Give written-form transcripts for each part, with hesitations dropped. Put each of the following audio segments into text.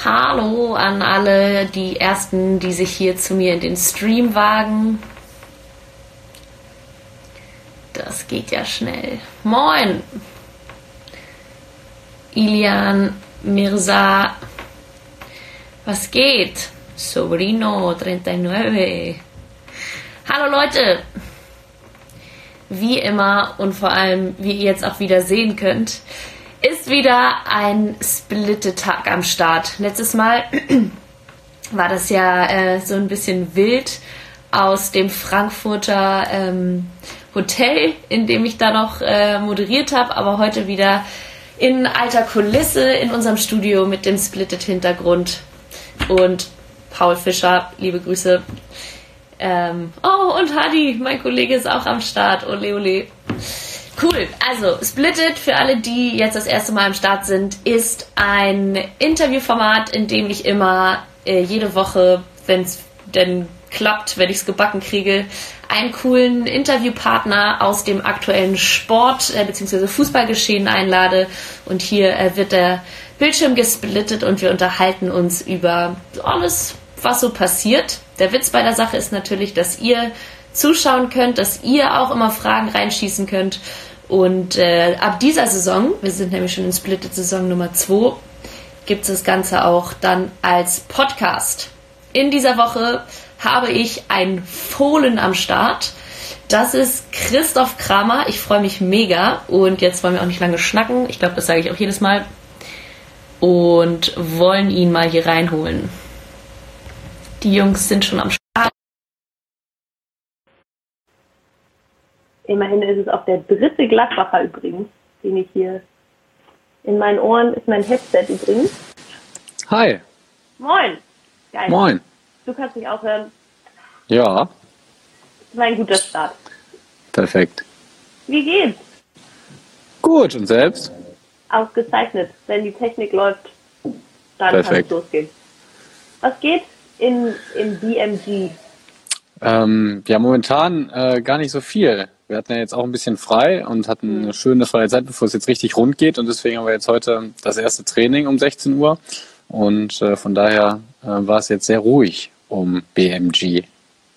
Hallo an alle, die Ersten, die sich hier zu mir in den Stream wagen. Das geht ja schnell. Moin! Ilian, Mirza, was geht? Sobrino 39. Hallo Leute! Wie immer und vor allem, wie ihr jetzt auch wieder sehen könnt, ist wieder ein Splitte-Tag am Start. Letztes Mal war das ja so ein bisschen wild aus dem Frankfurter Hotel, in dem ich da noch moderiert habe, aber heute wieder in alter Kulisse in unserem Studio mit dem Splitted-Hintergrund. Und Paul Fischer, liebe Grüße. Und Hadi, mein Kollege, ist auch am Start. Ole, ole. Cool, also Splitted, für alle, die jetzt das erste Mal am Start sind, ist ein Interviewformat, in dem ich immer jede Woche, wenn es denn klappt, wenn ich es gebacken kriege, einen coolen Interviewpartner aus dem aktuellen Sport bzw. Fußballgeschehen einlade. Und hier wird der Bildschirm gesplittet und wir unterhalten uns über alles, was so passiert. Der Witz bei der Sache ist natürlich, dass ihr zuschauen könnt, dass ihr auch immer Fragen reinschießen könnt. Und ab dieser Saison, wir sind nämlich schon in Splitted Saison Nummer 2, gibt es das Ganze auch dann als Podcast. In dieser Woche habe ich einen Fohlen am Start. Das ist Christoph Kramer. Ich freue mich mega. Und jetzt wollen wir auch nicht lange schnacken. Ich glaube, das sage ich auch jedes Mal. Und wollen ihn mal hier reinholen. Die Jungs sind schon am Start. Immerhin ist es auch der dritte Gladbacher übrigens, den ich hier in meinen Ohren ist mein Headset übrigens. Hi. Moin. Geil. Moin. Du kannst mich auch hören. Ja. Das war ein guter Start. Perfekt. Wie geht's? Gut, und selbst? Ausgezeichnet. Wenn die Technik läuft, dann kann es Perfekt. losgehen. Was geht in BMG? Ja, momentan gar nicht so viel. Wir hatten ja jetzt auch ein bisschen frei und hatten eine schöne freie Zeit, bevor es jetzt richtig rund geht. Und deswegen haben wir jetzt heute das erste Training um 16 Uhr. Und von daher war es jetzt sehr ruhig um BMG.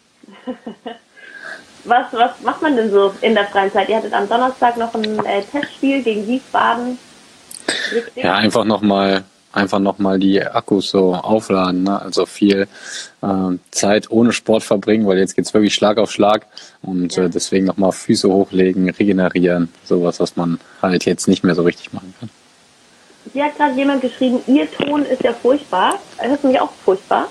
Was macht man denn so in der freien Zeit? Ihr hattet am Donnerstag noch ein Testspiel gegen Wiesbaden. Richtig? Ja, einfach nochmal die Akkus so aufladen, ne? Also viel Zeit ohne Sport verbringen, weil jetzt geht's wirklich Schlag auf Schlag und deswegen nochmal Füße hochlegen, regenerieren, sowas, was man halt jetzt nicht mehr so richtig machen kann. Hier hat gerade jemand geschrieben, ihr Ton ist ja furchtbar. Hörst du mich auch furchtbar?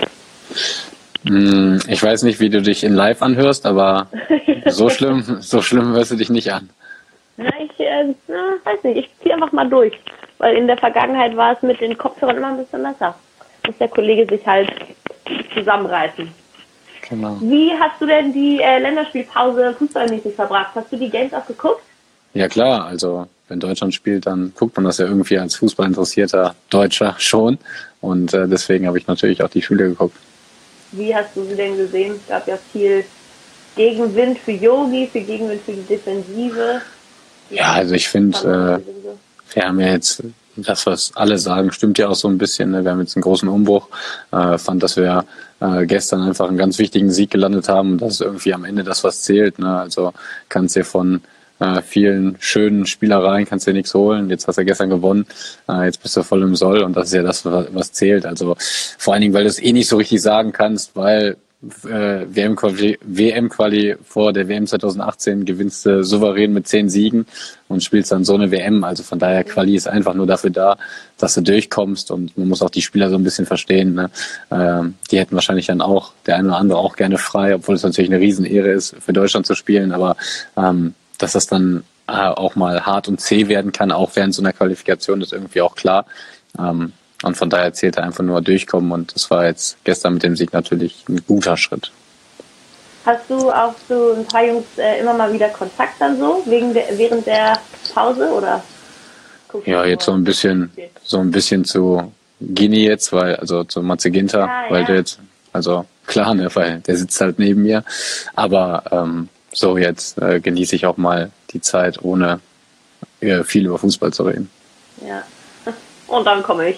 Ich weiß nicht, wie du dich in Live anhörst, aber so schlimm hörst du dich nicht an. Ja, ich weiß nicht, ich ziehe einfach mal durch. Weil in der Vergangenheit war es mit den Kopfhörern immer ein bisschen besser. Muss der Kollege sich halt zusammenreißen. Genau. Wie hast du denn die Länderspielpause fußballmäßig verbracht? Hast du die Games auch geguckt? Ja klar, also wenn Deutschland spielt, dann guckt man das ja irgendwie als fußballinteressierter Deutscher schon. Und deswegen habe ich natürlich auch die Spiele geguckt. Wie hast du sie denn gesehen? Es gab ja viel Gegenwind für Yogi, viel Gegenwind für die Defensive. Ja, also ich finde, wir haben ja jetzt das, was alle sagen, stimmt ja auch so ein bisschen. Ne? Wir haben jetzt einen großen Umbruch. Fand, dass wir gestern einfach einen ganz wichtigen Sieg gelandet haben und das ist irgendwie am Ende das, was zählt. Ne? Also kannst dir von vielen schönen Spielereien kannst dir nichts holen. Jetzt hast du gestern gewonnen. Jetzt bist du voll im Soll und das ist ja das, was zählt. Also vor allen Dingen, weil du es eh nicht so richtig sagen kannst, weil WM-Quali vor der WM 2018 gewinnst du souverän mit 10 Siegen und spielst dann so eine WM. Also von daher, Quali ist einfach nur dafür da, dass du durchkommst und man muss auch die Spieler so ein bisschen verstehen. Ne? Die hätten wahrscheinlich dann auch, der eine oder andere auch gerne frei, obwohl es natürlich eine Riesenehre ist, für Deutschland zu spielen. Aber dass das dann auch mal hart und zäh werden kann, auch während so einer Qualifikation, ist irgendwie auch klar. Und von daher zählt er einfach nur durchkommen und das war jetzt gestern mit dem Sieg natürlich ein guter Schritt. Hast du auch zu ein paar Jungs immer mal wieder Kontakt dann so, während der Pause oder? Ja, jetzt so ein bisschen zu Gini jetzt, also zu Matze Ginter, weil der jetzt, also klar, ne, weil der sitzt halt neben mir, aber so jetzt genieße ich auch mal die Zeit, ohne viel über Fußball zu reden. Ja, und dann komme ich.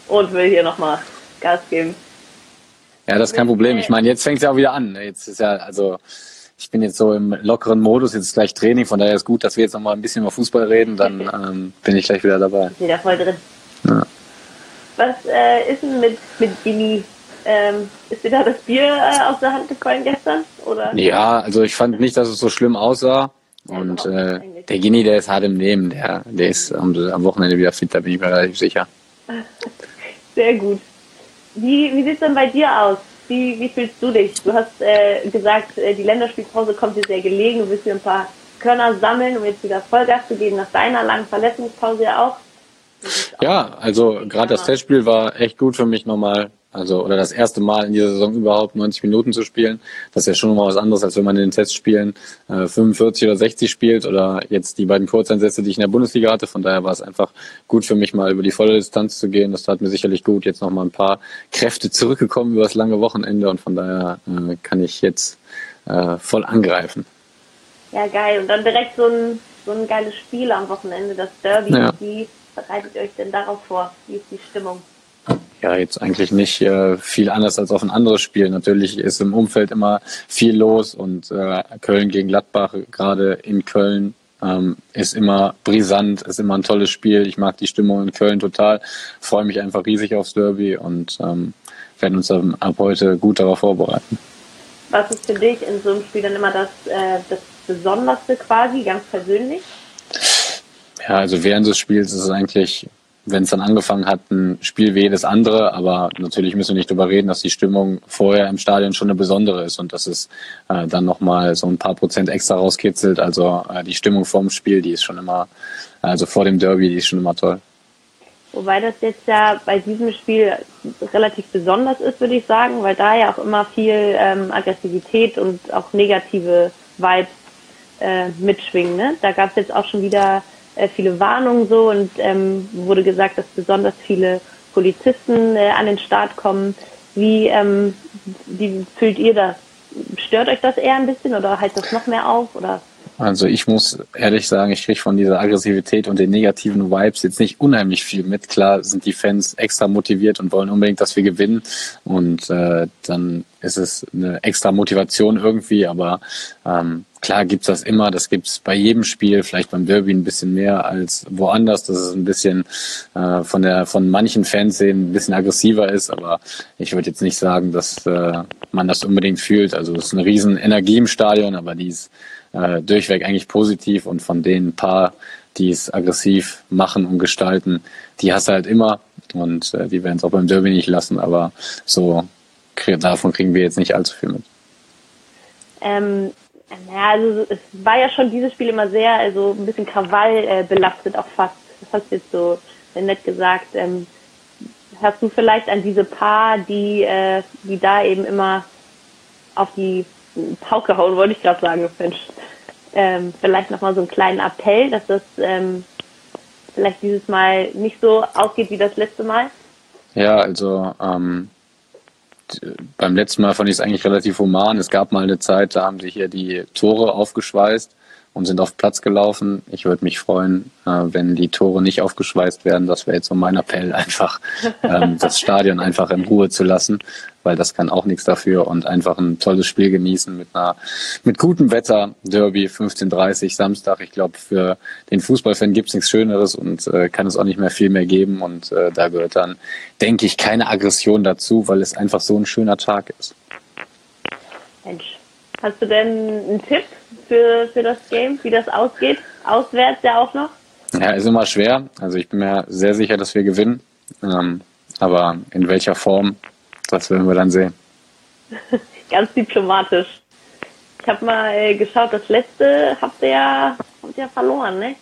und will hier nochmal Gas geben. Ja, das ist kein Problem. Ich meine, jetzt fängt es ja auch wieder an. Jetzt ist ja, also ich bin jetzt so im lockeren Modus, jetzt ist gleich Training, von daher ist gut, dass wir jetzt nochmal ein bisschen über Fußball reden, dann bin ich gleich wieder dabei. Ist wieder voll drin. Ja. Was ist denn mit Gini? Ist dir da das Bier aus der Hand gefallen gestern? Oder? Ja, also ich fand nicht, dass es so schlimm aussah. Und der Gini, der ist hart im Nehmen, der ist am Wochenende wieder fit, da bin ich mir relativ sicher. Sehr gut. Wie sieht es denn bei dir aus? Wie fühlst du dich? Du hast gesagt, die Länderspielpause kommt dir sehr gelegen, du willst wieder ein paar Körner sammeln, um jetzt wieder Vollgas zu geben, nach deiner langen Verletzungspause ja auch. Ja, also gerade das Testspiel war echt gut für mich nochmal. Also, oder das erste Mal in dieser Saison überhaupt 90 Minuten zu spielen. Das ist ja schon mal was anderes, als wenn man in den Testspielen 45 oder 60 spielt oder jetzt die beiden Kurzeinsätze, die ich in der Bundesliga hatte. Von daher war es einfach gut für mich, mal über die volle Distanz zu gehen. Das tat mir sicherlich gut. Jetzt noch mal ein paar Kräfte zurückgekommen über das lange Wochenende und von daher kann ich jetzt voll angreifen. Ja, geil. Und dann direkt so ein geiles Spiel am Wochenende, das Derby. Ja. Wie bereitet ihr euch denn darauf vor? Wie ist die Stimmung? Ja, jetzt eigentlich nicht viel anders als auf ein anderes Spiel. Natürlich ist im Umfeld immer viel los und Köln gegen Gladbach, gerade in Köln, ist immer brisant, ist immer ein tolles Spiel. Ich mag die Stimmung in Köln total, freue mich einfach riesig aufs Derby und werden uns ab heute gut darauf vorbereiten. Was ist für dich in so einem Spiel dann immer das Besonderste quasi, ganz persönlich? Ja, also während des Spiels ist es eigentlich, wenn es dann angefangen hat, ein Spiel wie jedes andere, aber natürlich müssen wir nicht darüber reden, dass die Stimmung vorher im Stadion schon eine besondere ist und dass es dann nochmal so ein paar Prozent extra rauskitzelt. Also die Stimmung vorm Spiel, die ist schon immer, also vor dem Derby, die ist schon immer toll. Wobei das jetzt ja bei diesem Spiel relativ besonders ist, würde ich sagen, weil da ja auch immer viel Aggressivität und auch negative Vibes mitschwingen. Ne? Da gab es jetzt auch schon wieder viele Warnungen so und wurde gesagt, dass besonders viele Polizisten an den Start kommen. Wie fühlt ihr das? Stört euch das eher ein bisschen oder hält das noch mehr auf? Oder? Also ich muss ehrlich sagen, ich kriege von dieser Aggressivität und den negativen Vibes jetzt nicht unheimlich viel mit. Klar sind die Fans extra motiviert und wollen unbedingt, dass wir gewinnen und dann ist es eine extra Motivation irgendwie, aber klar gibt's das immer, das gibt's bei jedem Spiel, vielleicht beim Derby ein bisschen mehr als woanders, dass es ein bisschen von manchen Fans ein bisschen aggressiver ist, aber ich würde jetzt nicht sagen, dass man das unbedingt fühlt. Also es ist eine riesen Energie im Stadion, aber die ist durchweg eigentlich positiv und von den paar, die es aggressiv machen und gestalten, die hast du halt immer und die werden es auch beim Derby nicht lassen, aber so davon kriegen wir jetzt nicht allzu viel mit. Also es war ja schon dieses Spiel immer sehr, also ein bisschen Krawall belastet auch fast. Das hast du jetzt so nett gesagt. Hast du vielleicht an diese paar, die da eben immer auf die Pauke hauen, wollte ich gerade sagen, Mensch. Vielleicht nochmal so einen kleinen Appell, dass das vielleicht dieses Mal nicht so ausgeht wie das letzte Mal? Ja, also beim letzten Mal fand ich es eigentlich relativ human. Es gab mal eine Zeit, da haben sie hier die Tore aufgeschweißt und sind auf Platz gelaufen. Ich würde mich freuen, wenn die Tore nicht aufgeschweißt werden. Das wäre jetzt so mein Appell, einfach das Stadion einfach in Ruhe zu lassen, weil das kann auch nichts dafür und einfach ein tolles Spiel genießen mit gutem Wetter. Derby 15:30 Samstag. Ich glaube, für den Fußballfan gibt es nichts Schöneres und kann es auch nicht mehr viel mehr geben und da gehört dann, denke ich, keine Aggression dazu, weil es einfach so ein schöner Tag ist. Mensch, hast du denn einen Tipp für das Game, wie das ausgeht? Auswärts ja auch noch? Ja, ist immer schwer. Also ich bin mir sehr sicher, dass wir gewinnen. Aber in welcher Form, das werden wir dann sehen. Ganz diplomatisch. Ich habe mal geschaut, das letzte habt ihr ja verloren, ne?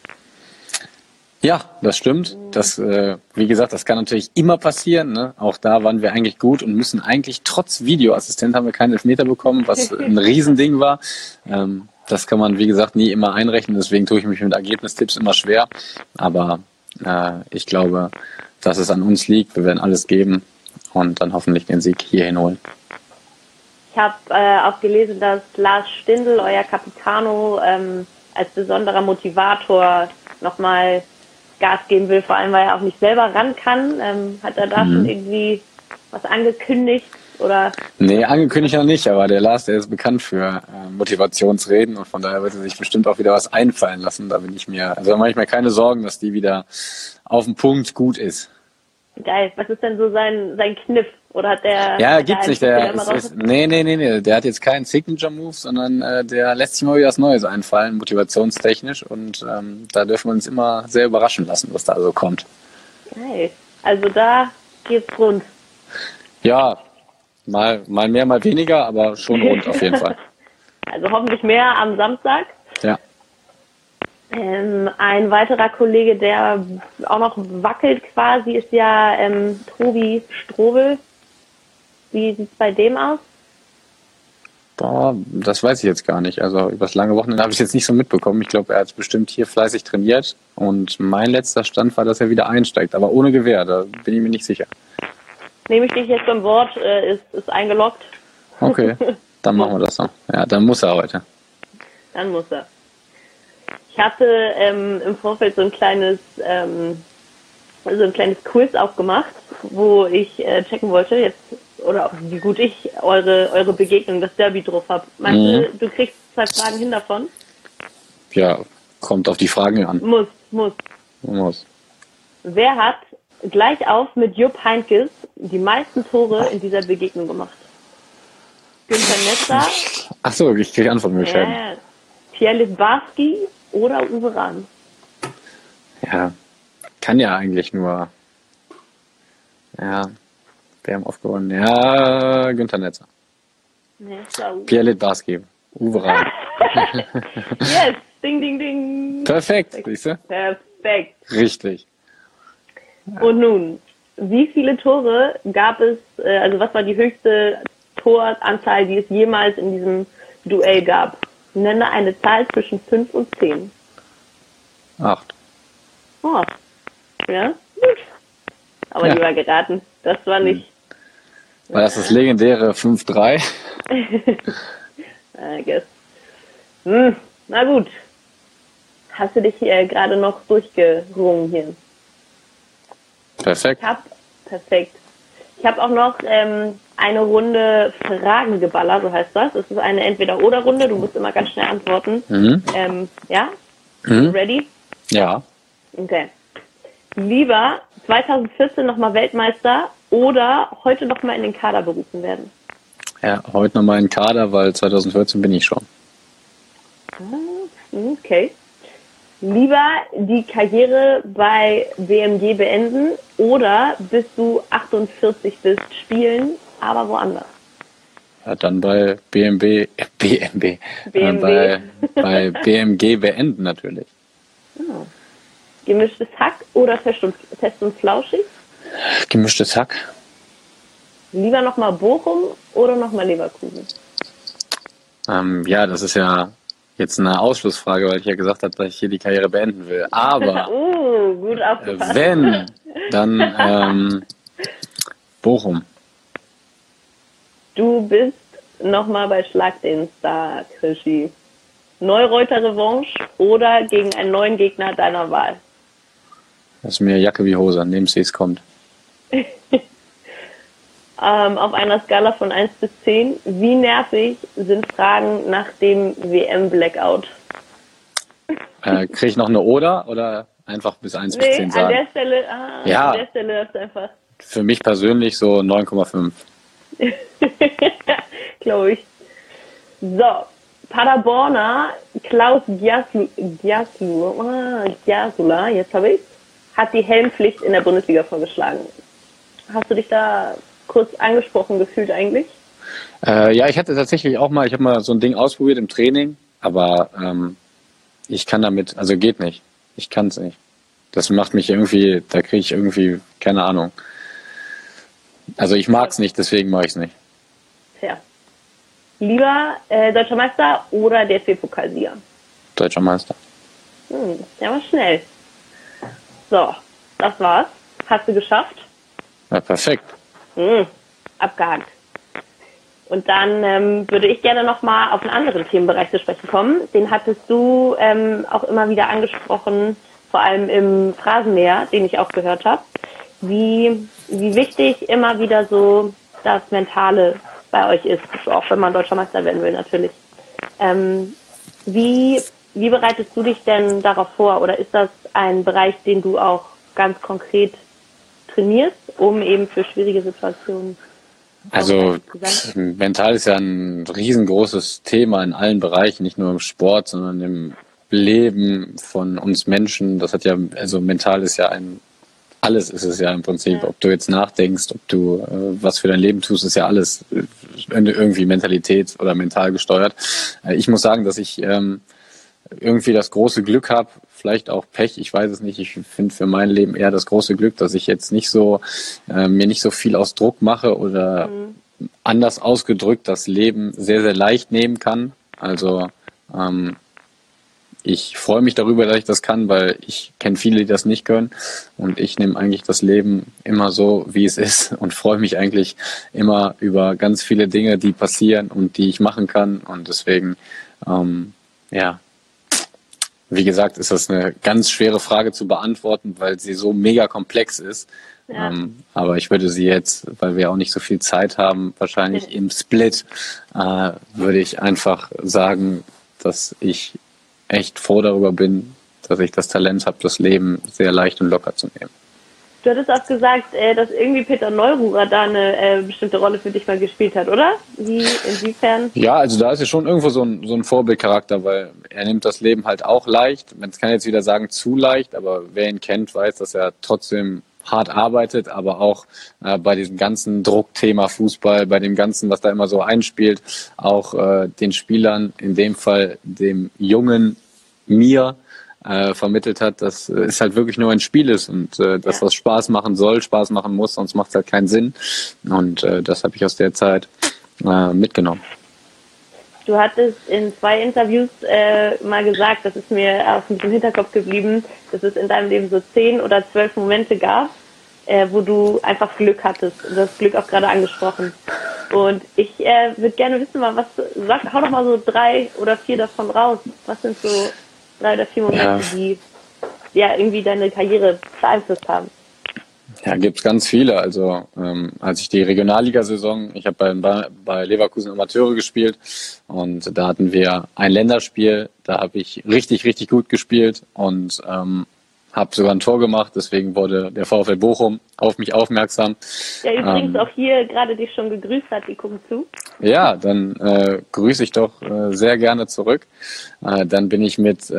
Ja, das stimmt. Das, wie gesagt, das kann natürlich immer passieren. Ne? Auch da waren wir eigentlich gut und müssen eigentlich trotz Videoassistent haben wir keinen Elfmeter bekommen, was ein Riesending war. Das kann man, wie gesagt, nie immer einrechnen. Deswegen tue ich mich mit Ergebnistipps immer schwer. Aber ich glaube, dass es an uns liegt. Wir werden alles geben und dann hoffentlich den Sieg hierhin holen. Ich habe auch gelesen, dass Lars Stindl, euer Capitano, als besonderer Motivator nochmal Gas geben will, vor allem weil er auch nicht selber ran kann. Hat er da schon irgendwie was angekündigt? Oder? Nee, angekündigt noch nicht, aber der Lars, der ist bekannt für Motivationsreden und von daher wird er sich bestimmt auch wieder was einfallen lassen. Da mache ich mir keine Sorgen, dass die wieder auf den Punkt gut ist. Geil. Was ist denn so sein Kniff? Oder hat der... Ja, gibt's nicht. Nee. Der hat jetzt keinen Signature-Move, sondern der lässt sich mal wieder was Neues einfallen, motivationstechnisch. Und da dürfen wir uns immer sehr überraschen lassen, was da so kommt. Geil. Also da geht's rund. Ja, mal mehr, mal weniger, aber schon rund auf jeden Fall. Also hoffentlich mehr am Samstag. Ja. Ein weiterer Kollege, der auch noch wackelt quasi, ist ja Tobi Strobel. Wie sieht's bei dem aus? Boah, das weiß ich jetzt gar nicht. Also über das lange Wochenende habe ich es jetzt nicht so mitbekommen. Ich glaube, er hat bestimmt hier fleißig trainiert. Und mein letzter Stand war, dass er wieder einsteigt. Aber ohne Gewehr, da bin ich mir nicht sicher. Nehme ich dich jetzt beim Wort, ist eingeloggt. Okay, dann machen wir das so. Ja, dann muss er heute. Dann muss er. Ich hatte im Vorfeld so ein kleines Quiz aufgemacht, wo ich checken wollte, jetzt oder wie gut ich eure Begegnung, das Derby drauf habe. Meinst du kriegst 2 Fragen hin davon? Ja, kommt auf die Fragen an. Muss. Wer hat gleich auf mit Jupp Heynckes die meisten Tore in dieser Begegnung gemacht? Günther Netzer? Ach so, ich kriege Antwortmöglichkeiten. Pierre Littbarski oder Uwe Rahn? Ja, kann ja eigentlich nur. Ja, wer haben aufgewonnen? Ja, Günther Netzer. Pierre Littbarski, Uwe Rahn. Yes, ding, ding, ding. Perfekt, siehst du? Perfekt. Richtig. Und nun, wie viele Tore gab es, also was war die höchste Toranzahl, die es jemals in diesem Duell gab? Nenne eine Zahl zwischen 5 und 10. 8. Oh, ja, gut. Aber Ja. lieber geraten. Das war nicht... War das legendäre 5-3? I guess. Na gut. Hast du dich gerade noch durchgerungen hier? Perfekt. Perfekt. Ich habe auch noch eine Runde Fragen geballert, so heißt das. Es ist eine Entweder-Oder-Runde. Du musst immer ganz schnell antworten. Ja? Ready? Ja. Okay. Lieber 2014 nochmal Weltmeister oder heute nochmal in den Kader berufen werden? Ja, heute nochmal in den Kader, weil 2014 bin ich schon. Okay. Lieber die Karriere bei BMG beenden oder bis du 48 bist spielen, aber woanders? Ja, dann bei BMW. Bei BMG beenden natürlich. Oh. Gemischtes Hack oder fest und flauschig? Gemischtes Hack. Lieber nochmal Bochum oder nochmal Leverkusen? Ja, das ist ja jetzt eine Ausschlussfrage, weil ich ja gesagt habe, dass ich hier die Karriere beenden will. Aber gut aufgepasst. wenn, dann Bochum. Du bist nochmal bei Schlag den Star, Krischi. Neureuter Revanche oder gegen einen neuen Gegner deiner Wahl? Das ist mir Jacke wie Hose, nehmt sie, es kommt. Auf einer Skala von 1 bis 10, wie nervig sind Fragen nach dem WM-Blackout? Kriege ich noch eine oder einfach bis 1 bis 10 sagen? An der Stelle, Ja. An der Stelle ist einfach. Für mich persönlich so 9,5. Glaube ich. So, Paderborner Klaus Gyasula, jetzt habe ich, hat die Helmpflicht in der Bundesliga vorgeschlagen. Hast du dich da kurz angesprochen gefühlt eigentlich? Ja, ich hatte tatsächlich auch mal, ich habe mal so ein Ding ausprobiert im Training, aber ich kann damit, also geht nicht. Ich kann es nicht. Das macht mich irgendwie, da kriege ich irgendwie, keine Ahnung. Also ich mag es nicht, deswegen mache ich es nicht. Tja. Lieber Deutscher Meister oder DFB-Pokalsieger? Deutscher Meister. Der war schnell. So, das war's. Hast du geschafft? Ja, perfekt. Abgehakt. Und dann würde ich gerne nochmal auf einen anderen Themenbereich zu sprechen kommen. Den hattest du auch immer wieder angesprochen vor allem im Phrasenmäher, den ich auch gehört habe, wie wichtig immer wieder so das Mentale bei euch ist, auch wenn man Deutscher Meister werden will natürlich. Wie bereitest du dich denn darauf vor, oder ist das ein Bereich, den du auch ganz konkret trainierst, um eben für schwierige Situationen? Also mental ist ja ein riesengroßes Thema in allen Bereichen, nicht nur im Sport, sondern im Leben von uns Menschen. Das hat ja, also mental ist ja alles ist es ja im Prinzip. Ja. Ob du jetzt nachdenkst, ob du was für dein Leben tust, ist ja alles irgendwie Mentalität oder mental gesteuert. Ich muss sagen, dass ich irgendwie das große Glück habe, vielleicht auch Pech, ich weiß es nicht. Ich finde für mein Leben eher das große Glück, dass ich jetzt nicht so mir nicht so viel aus Druck mache oder anders ausgedrückt das Leben sehr, sehr leicht nehmen kann. Also ich freue mich darüber, dass ich das kann, weil ich kenne viele, die das nicht können. Und ich nehme eigentlich das Leben immer so, wie es ist, und freue mich eigentlich immer über ganz viele Dinge, die passieren und die ich machen kann. Und deswegen, wie gesagt, ist das eine ganz schwere Frage zu beantworten, weil sie so mega komplex ist. Ja. Aber ich würde sie jetzt, weil wir auch nicht so viel Zeit haben, wahrscheinlich im Split, würde ich einfach sagen, dass ich echt froh darüber bin, dass ich das Talent habe, das Leben sehr leicht und locker zu nehmen. Du hattest auch gesagt, dass irgendwie Peter Neururer da eine bestimmte Rolle für dich mal gespielt hat, oder? Inwiefern? Ja, also da ist ja schon irgendwo so ein Vorbildcharakter, weil er nimmt das Leben halt auch leicht. Man kann jetzt wieder sagen, zu leicht, aber wer ihn kennt, weiß, dass er trotzdem hart arbeitet, aber auch bei diesem ganzen Druckthema Fußball, bei dem Ganzen, was da immer so einspielt, auch den Spielern, in dem Fall dem jungen mir, vermittelt hat, dass es halt wirklich nur ein Spiel ist und das, was Spaß machen soll, Spaß machen muss, sonst macht es halt keinen Sinn. Und das habe ich aus der Zeit mitgenommen. Du hattest in 2 Interviews mal gesagt, das ist mir aus dem Hinterkopf geblieben, dass es in deinem Leben so 10 oder 12 Momente gab, wo du einfach Glück hattest und das Glück auch gerade angesprochen. Und ich würde gerne wissen, hau doch mal so 3 oder 4 davon raus. Was sind so 3 oder 4 Momente, die ja irgendwie deine Karriere beeinflusst haben? Ja, gibt's ganz viele. Also als ich die Regionalligasaison, ich habe bei Leverkusen Amateure gespielt und da hatten wir ein Länderspiel, da habe ich richtig, richtig gut gespielt und habe sogar ein Tor gemacht, deswegen wurde der VfL Bochum auf mich aufmerksam. Ja, übrigens auch hier gerade dich schon gegrüßt hat, die gucken zu. Ja, dann grüße ich doch sehr gerne zurück. Dann bin ich mit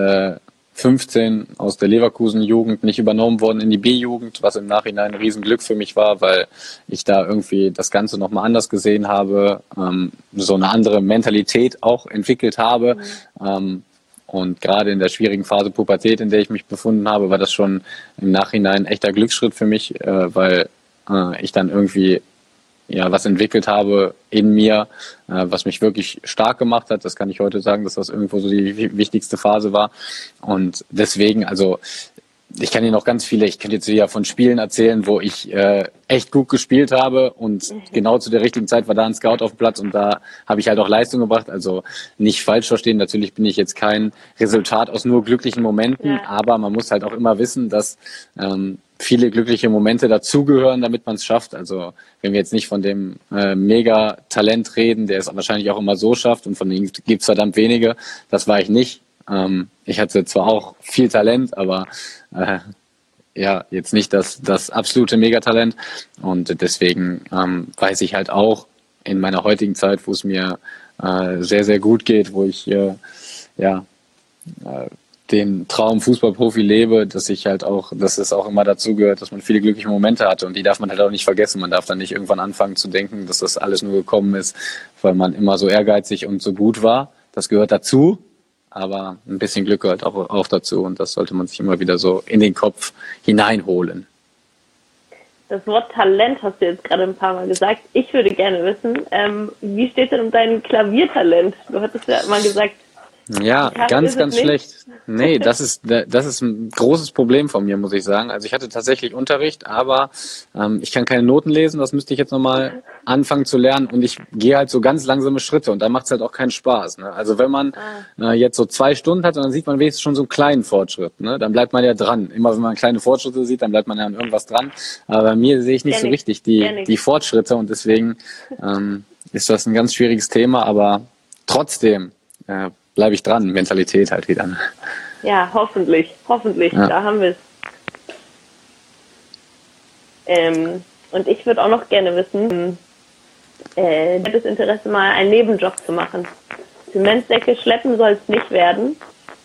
15 aus der Leverkusen-Jugend nicht übernommen worden in die B-Jugend, was im Nachhinein ein Riesenglück für mich war, weil ich da irgendwie das Ganze nochmal anders gesehen habe, so eine andere Mentalität auch entwickelt habe. Und gerade in der schwierigen Phase Pubertät, in der ich mich befunden habe, war das schon im Nachhinein ein echter Glücksschritt für mich, weil ich dann irgendwie was entwickelt habe in mir, was mich wirklich stark gemacht hat. Das kann ich heute sagen, dass das irgendwo so die wichtigste Phase war. Und deswegen, also ich kann Ihnen noch ganz viele, ich könnte jetzt ja von Spielen erzählen, wo ich echt gut gespielt habe und genau zu der richtigen Zeit war da ein Scout auf dem Platz und da habe ich halt auch Leistung gebracht. Also nicht falsch verstehen, natürlich bin ich jetzt kein Resultat aus nur glücklichen Momenten, aber man muss halt auch immer wissen, dass viele glückliche Momente dazugehören, damit man es schafft. Also wenn wir jetzt nicht von dem Mega-Talent reden, der es wahrscheinlich auch immer so schafft und von denen gibt es verdammt wenige, das war ich nicht. Ich hatte zwar auch viel Talent, aber jetzt nicht das absolute Megatalent. Und deswegen weiß ich halt auch in meiner heutigen Zeit, wo es mir sehr, sehr gut geht, wo ich den Traum Fußballprofi lebe, dass es auch immer dazu gehört, dass man viele glückliche Momente hatte und die darf man halt auch nicht vergessen. Man darf dann nicht irgendwann anfangen zu denken, dass das alles nur gekommen ist, weil man immer so ehrgeizig und so gut war. Das gehört dazu. Aber ein bisschen Glück gehört auch dazu und das sollte man sich immer wieder so in den Kopf hineinholen. Das Wort Talent hast du jetzt gerade ein paar Mal gesagt. Ich würde gerne wissen, wie steht denn um dein Klaviertalent? Du hattest ja mal gesagt, Ja, Gitarre ganz, ist es ganz nicht. schlecht. Nee, das ist ein großes Problem von mir, muss ich sagen. Also ich hatte tatsächlich Unterricht, aber ich kann keine Noten lesen. Das müsste ich jetzt nochmal anfangen zu lernen. Und ich gehe halt so ganz langsame Schritte und da macht es halt auch keinen Spaß. Ne? Also wenn man jetzt so 2 Stunden hat, und dann sieht man wenigstens schon so einen kleinen Fortschritt. Ne? Dann bleibt man ja dran. Immer wenn man kleine Fortschritte sieht, dann bleibt man ja an irgendwas dran. Aber bei mir sehe ich nicht so richtig die Fortschritte und deswegen ist das ein ganz schwieriges Thema. Aber trotzdem bleibe ich dran. Mentalität halt wieder. Ne? Ja, hoffentlich. Ja. Da haben wir es. Und ich würde auch noch gerne wissen, das Interesse mal einen Nebenjob zu machen. Zementsäcke schleppen soll es nicht werden.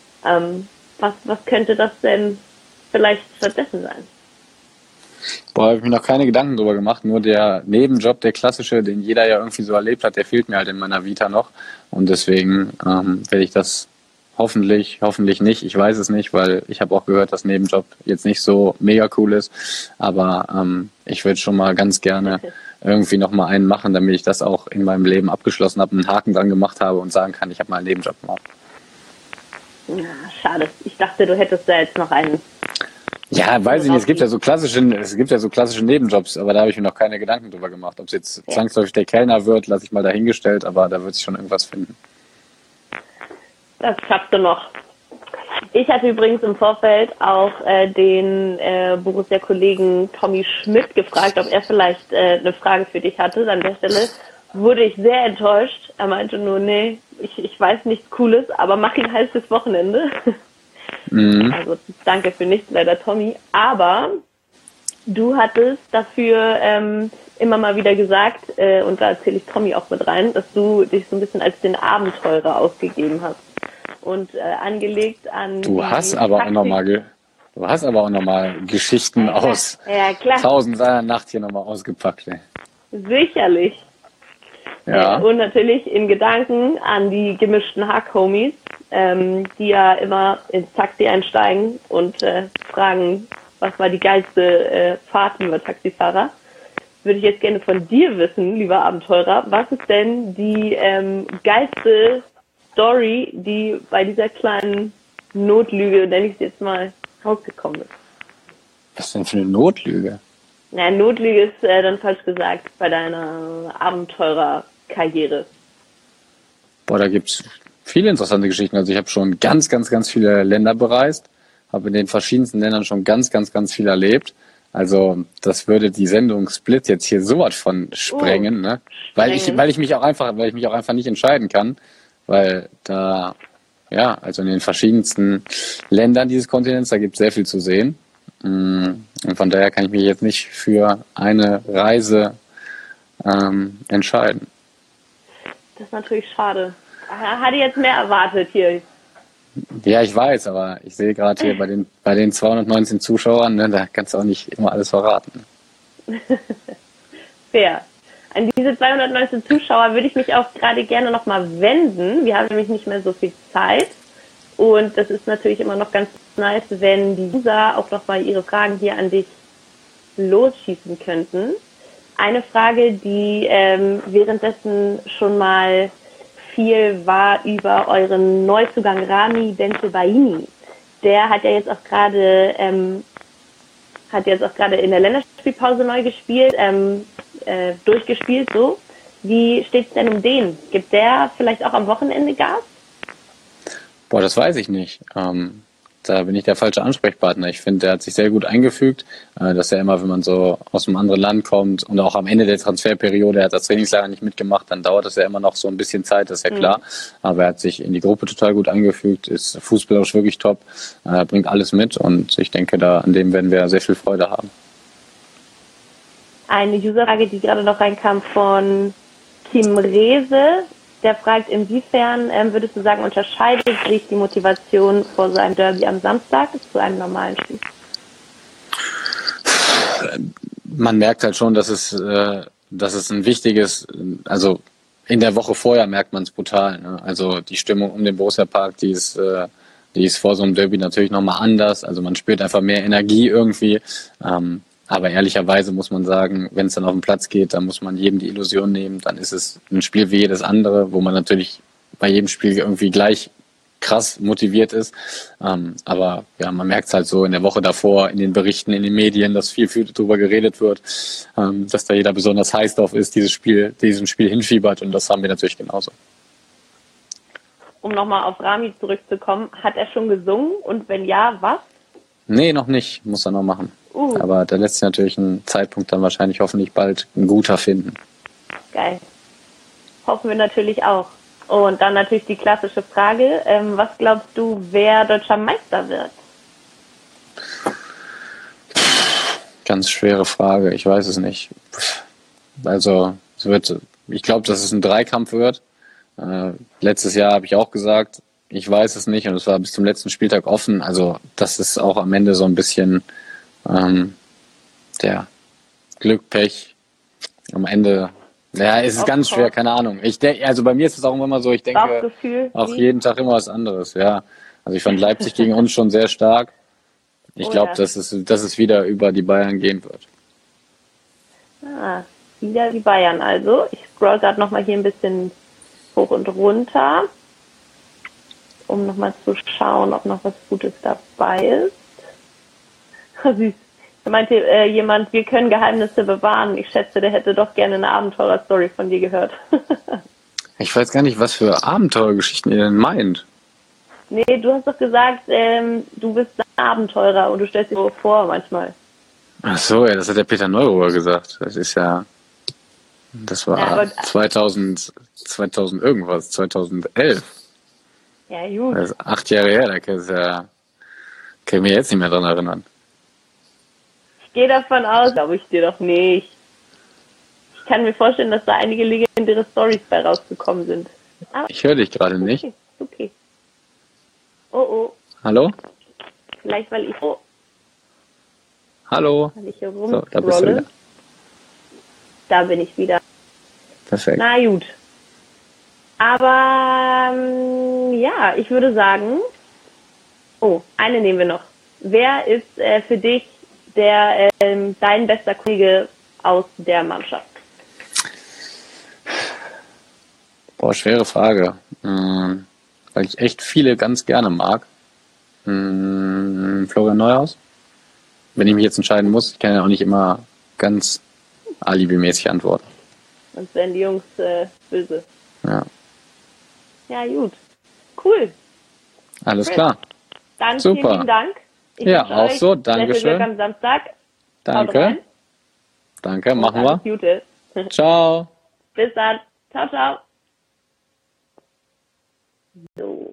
Was könnte das denn vielleicht stattdessen sein? Boah, habe ich mir noch keine Gedanken drüber gemacht. Nur der Nebenjob, der klassische, den jeder ja irgendwie so erlebt hat, der fehlt mir halt in meiner Vita noch. Und deswegen werde ich das hoffentlich nicht. Ich weiß es nicht, weil ich habe auch gehört, dass Nebenjob jetzt nicht so mega cool ist. Aber ich würde schon mal ganz gerne irgendwie noch mal einen machen, damit ich das auch in meinem Leben abgeschlossen habe, einen Haken dran gemacht habe und sagen kann, ich habe mal einen Nebenjob gemacht. Ja, schade. Ich dachte, du hättest da jetzt noch einen. Ja, weiß ich nicht. Es gibt ja so klassische Nebenjobs, aber da habe ich mir noch keine Gedanken drüber gemacht. Ob es jetzt zwangsläufig der Kellner wird, lasse ich mal dahingestellt, aber da wird sich schon irgendwas finden. Das schaffst du noch. Ich hatte übrigens im Vorfeld auch den Borussia-Kollegen Tommy Schmidt gefragt, ob er vielleicht eine Frage für dich hatte. An der Stelle wurde ich sehr enttäuscht. Er meinte nur, nee, ich weiß nichts Cooles, aber mach ihn halt fürs Wochenende. Also danke für nichts, leider Tommy. Aber du hattest dafür immer mal wieder gesagt, und da erzähle ich Tommy auch mit rein, dass du dich so ein bisschen als den Abenteurer ausgegeben hast. Und angelegt an Du hast aber auch nochmal Geschichten aus ja, klar. 1000 einer Nacht hier nochmal ausgepackt. Ey. Sicherlich. Ja. Und natürlich in Gedanken an die gemischten Hack-Homies, die ja immer ins Taxi einsteigen und fragen, was war die geilste Fahrt, lieber Taxifahrer. Würde ich jetzt gerne von dir wissen, lieber Abenteurer, was ist denn die geilste Story, die bei dieser kleinen Notlüge, nenne ich es jetzt mal, rausgekommen ist? Was denn für eine Notlüge? Na, Notlüge ist dann falsch gesagt bei deiner Abenteurerkarriere. Boah, da gibt's viele interessante Geschichten. Also ich habe schon ganz, ganz, ganz viele Länder bereist, habe in den verschiedensten Ländern schon ganz, ganz, ganz viel erlebt. Also das würde die Sendung Split jetzt hier sowas von sprengen, ne? Weil ich mich auch einfach nicht entscheiden kann, weil da, ja, also in den verschiedensten Ländern dieses Kontinents, da gibt es sehr viel zu sehen. Und von daher kann ich mich jetzt nicht für eine Reise entscheiden. Das ist natürlich schade. Hatte jetzt mehr erwartet hier. Ja, ich weiß, aber ich sehe gerade hier bei den 219 Zuschauern, ne, da kannst du auch nicht immer alles verraten. Fair. An diese 219 Zuschauer würde ich mich auch gerade gerne nochmal wenden. Wir haben nämlich nicht mehr so viel Zeit. Und das ist natürlich immer noch ganz nice, wenn die User auch nochmal ihre Fragen hier an dich losschießen könnten. Eine Frage, die währenddessen schon mal viel war über euren Neuzugang Rami Bensebaini. Der hat ja jetzt auch gerade in der Länderspielpause neu gespielt, durchgespielt. So, wie steht's denn um den? Gibt der vielleicht auch am Wochenende Gas? Boah, das weiß ich nicht. Da bin ich der falsche Ansprechpartner. Ich finde, der hat sich sehr gut eingefügt, dass er immer, wenn man so aus einem anderen Land kommt und auch am Ende der Transferperiode, er hat das Trainingslager nicht mitgemacht, dann dauert das ja immer noch so ein bisschen Zeit, das ist ja klar. Aber er hat sich in die Gruppe total gut eingefügt, ist fußballerisch wirklich top, bringt alles mit und ich denke, an dem werden wir sehr viel Freude haben. Eine Userfrage, die gerade noch reinkam von Kim Rehse. Der fragt, inwiefern würdest du sagen, unterscheidet sich die Motivation vor so einem Derby am Samstag zu einem normalen Spiel? Man merkt halt schon, dass es ein wichtiges, also in der Woche vorher merkt man es brutal. Ne? Also die Stimmung um den Borussia Park, die ist vor so einem Derby natürlich nochmal anders. Also man spürt einfach mehr Energie irgendwie. Aber ehrlicherweise muss man sagen, wenn es dann auf den Platz geht, dann muss man jedem die Illusion nehmen. Dann ist es ein Spiel wie jedes andere, wo man natürlich bei jedem Spiel irgendwie gleich krass motiviert ist. Aber ja, man merkt es halt so in der Woche davor, in den Berichten, in den Medien, dass viel darüber geredet wird, dass da jeder besonders heiß drauf ist, diesem Spiel hinfiebert, und das haben wir natürlich genauso. Um nochmal auf Rami zurückzukommen, hat er schon gesungen und wenn ja, was? Nee, noch nicht, muss er noch machen. Aber da lässt sich natürlich ein Zeitpunkt dann wahrscheinlich hoffentlich bald ein guter finden. Geil. Hoffen wir natürlich auch. Und dann natürlich die klassische Frage, was glaubst du, wer deutscher Meister wird? Ganz schwere Frage, ich weiß es nicht. Also ich glaube, dass es ein Dreikampf wird. Letztes Jahr habe ich auch gesagt, ich weiß es nicht, und es war bis zum letzten Spieltag offen. Also das ist auch am Ende so ein bisschen Glück, Pech. Am Ende, ja, es ist ganz schwer, keine Ahnung. Also bei mir ist es auch immer so, ich denke auch jeden Tag immer was anderes. Ja, also ich fand Leipzig gegen uns schon sehr stark. Ich glaube, dass es wieder über die Bayern gehen wird. Wieder die Bayern also. Ich scroll gerade nochmal hier ein bisschen hoch und runter, um nochmal zu schauen, ob noch was Gutes dabei ist. Süß. Da meinte jemand, wir können Geheimnisse bewahren. Ich schätze, der hätte doch gerne eine Abenteurer-Story von dir gehört. Ich weiß gar nicht, was für Abenteuergeschichten ihr denn meint. Nee, du hast doch gesagt, du bist ein Abenteurer und du stellst dir so vor manchmal. Ach so, ja, das hat der Peter Neururer gesagt. Das war 2000 irgendwas, 2011. Ja, gut. Das ist 8 Jahre her, da kann ich mich jetzt nicht mehr dran erinnern. Ich gehe davon aus, glaube ich dir doch nicht. Ich kann mir vorstellen, dass da einige legendäre Storys bei rausgekommen sind. Aber ich höre dich gerade nicht. Okay. Oh. Hallo? Vielleicht, weil ich Hallo? hier So, da bist du wieder. Da bin ich wieder. Perfekt. Na gut. Aber ja, ich würde sagen, eine nehmen wir noch. Wer ist für dich dein bester Kollege aus der Mannschaft? Boah, schwere Frage. Weil ich echt viele ganz gerne mag. Florian Neuhaus. Wenn ich mich jetzt entscheiden muss, ich kann ja auch nicht immer ganz alibimäßig antworten. Sonst werden die Jungs böse. Ja. Ja, gut. Cool. Alles klar. Dann super. Vielen lieben Dank. Ja, auch so. Dankeschön. Am Samstag. Danke. Danke, machen wir. Gute. Ciao. Bis dann. Ciao, ciao. So.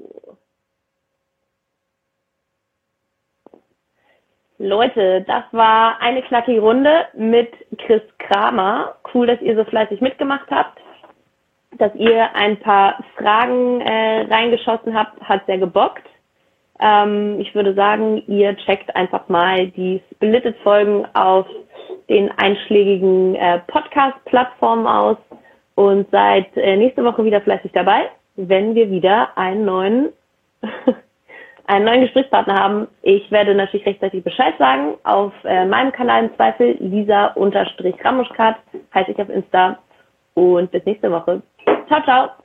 Leute, das war eine knackige Runde mit Chris Kramer. Cool, dass ihr so fleißig mitgemacht habt, dass ihr ein paar Fragen reingeschossen habt, hat sehr gebockt. Ich würde sagen, ihr checkt einfach mal die Splitted-Folgen auf den einschlägigen Podcast-Plattformen aus und seid nächste Woche wieder fleißig dabei, wenn wir wieder einen neuen Gesprächspartner haben. Ich werde natürlich rechtzeitig Bescheid sagen. Auf meinem Kanal im Zweifel, Lisa_Ramuschkat heiße ich auf Insta. Und bis nächste Woche. Ciao, ciao.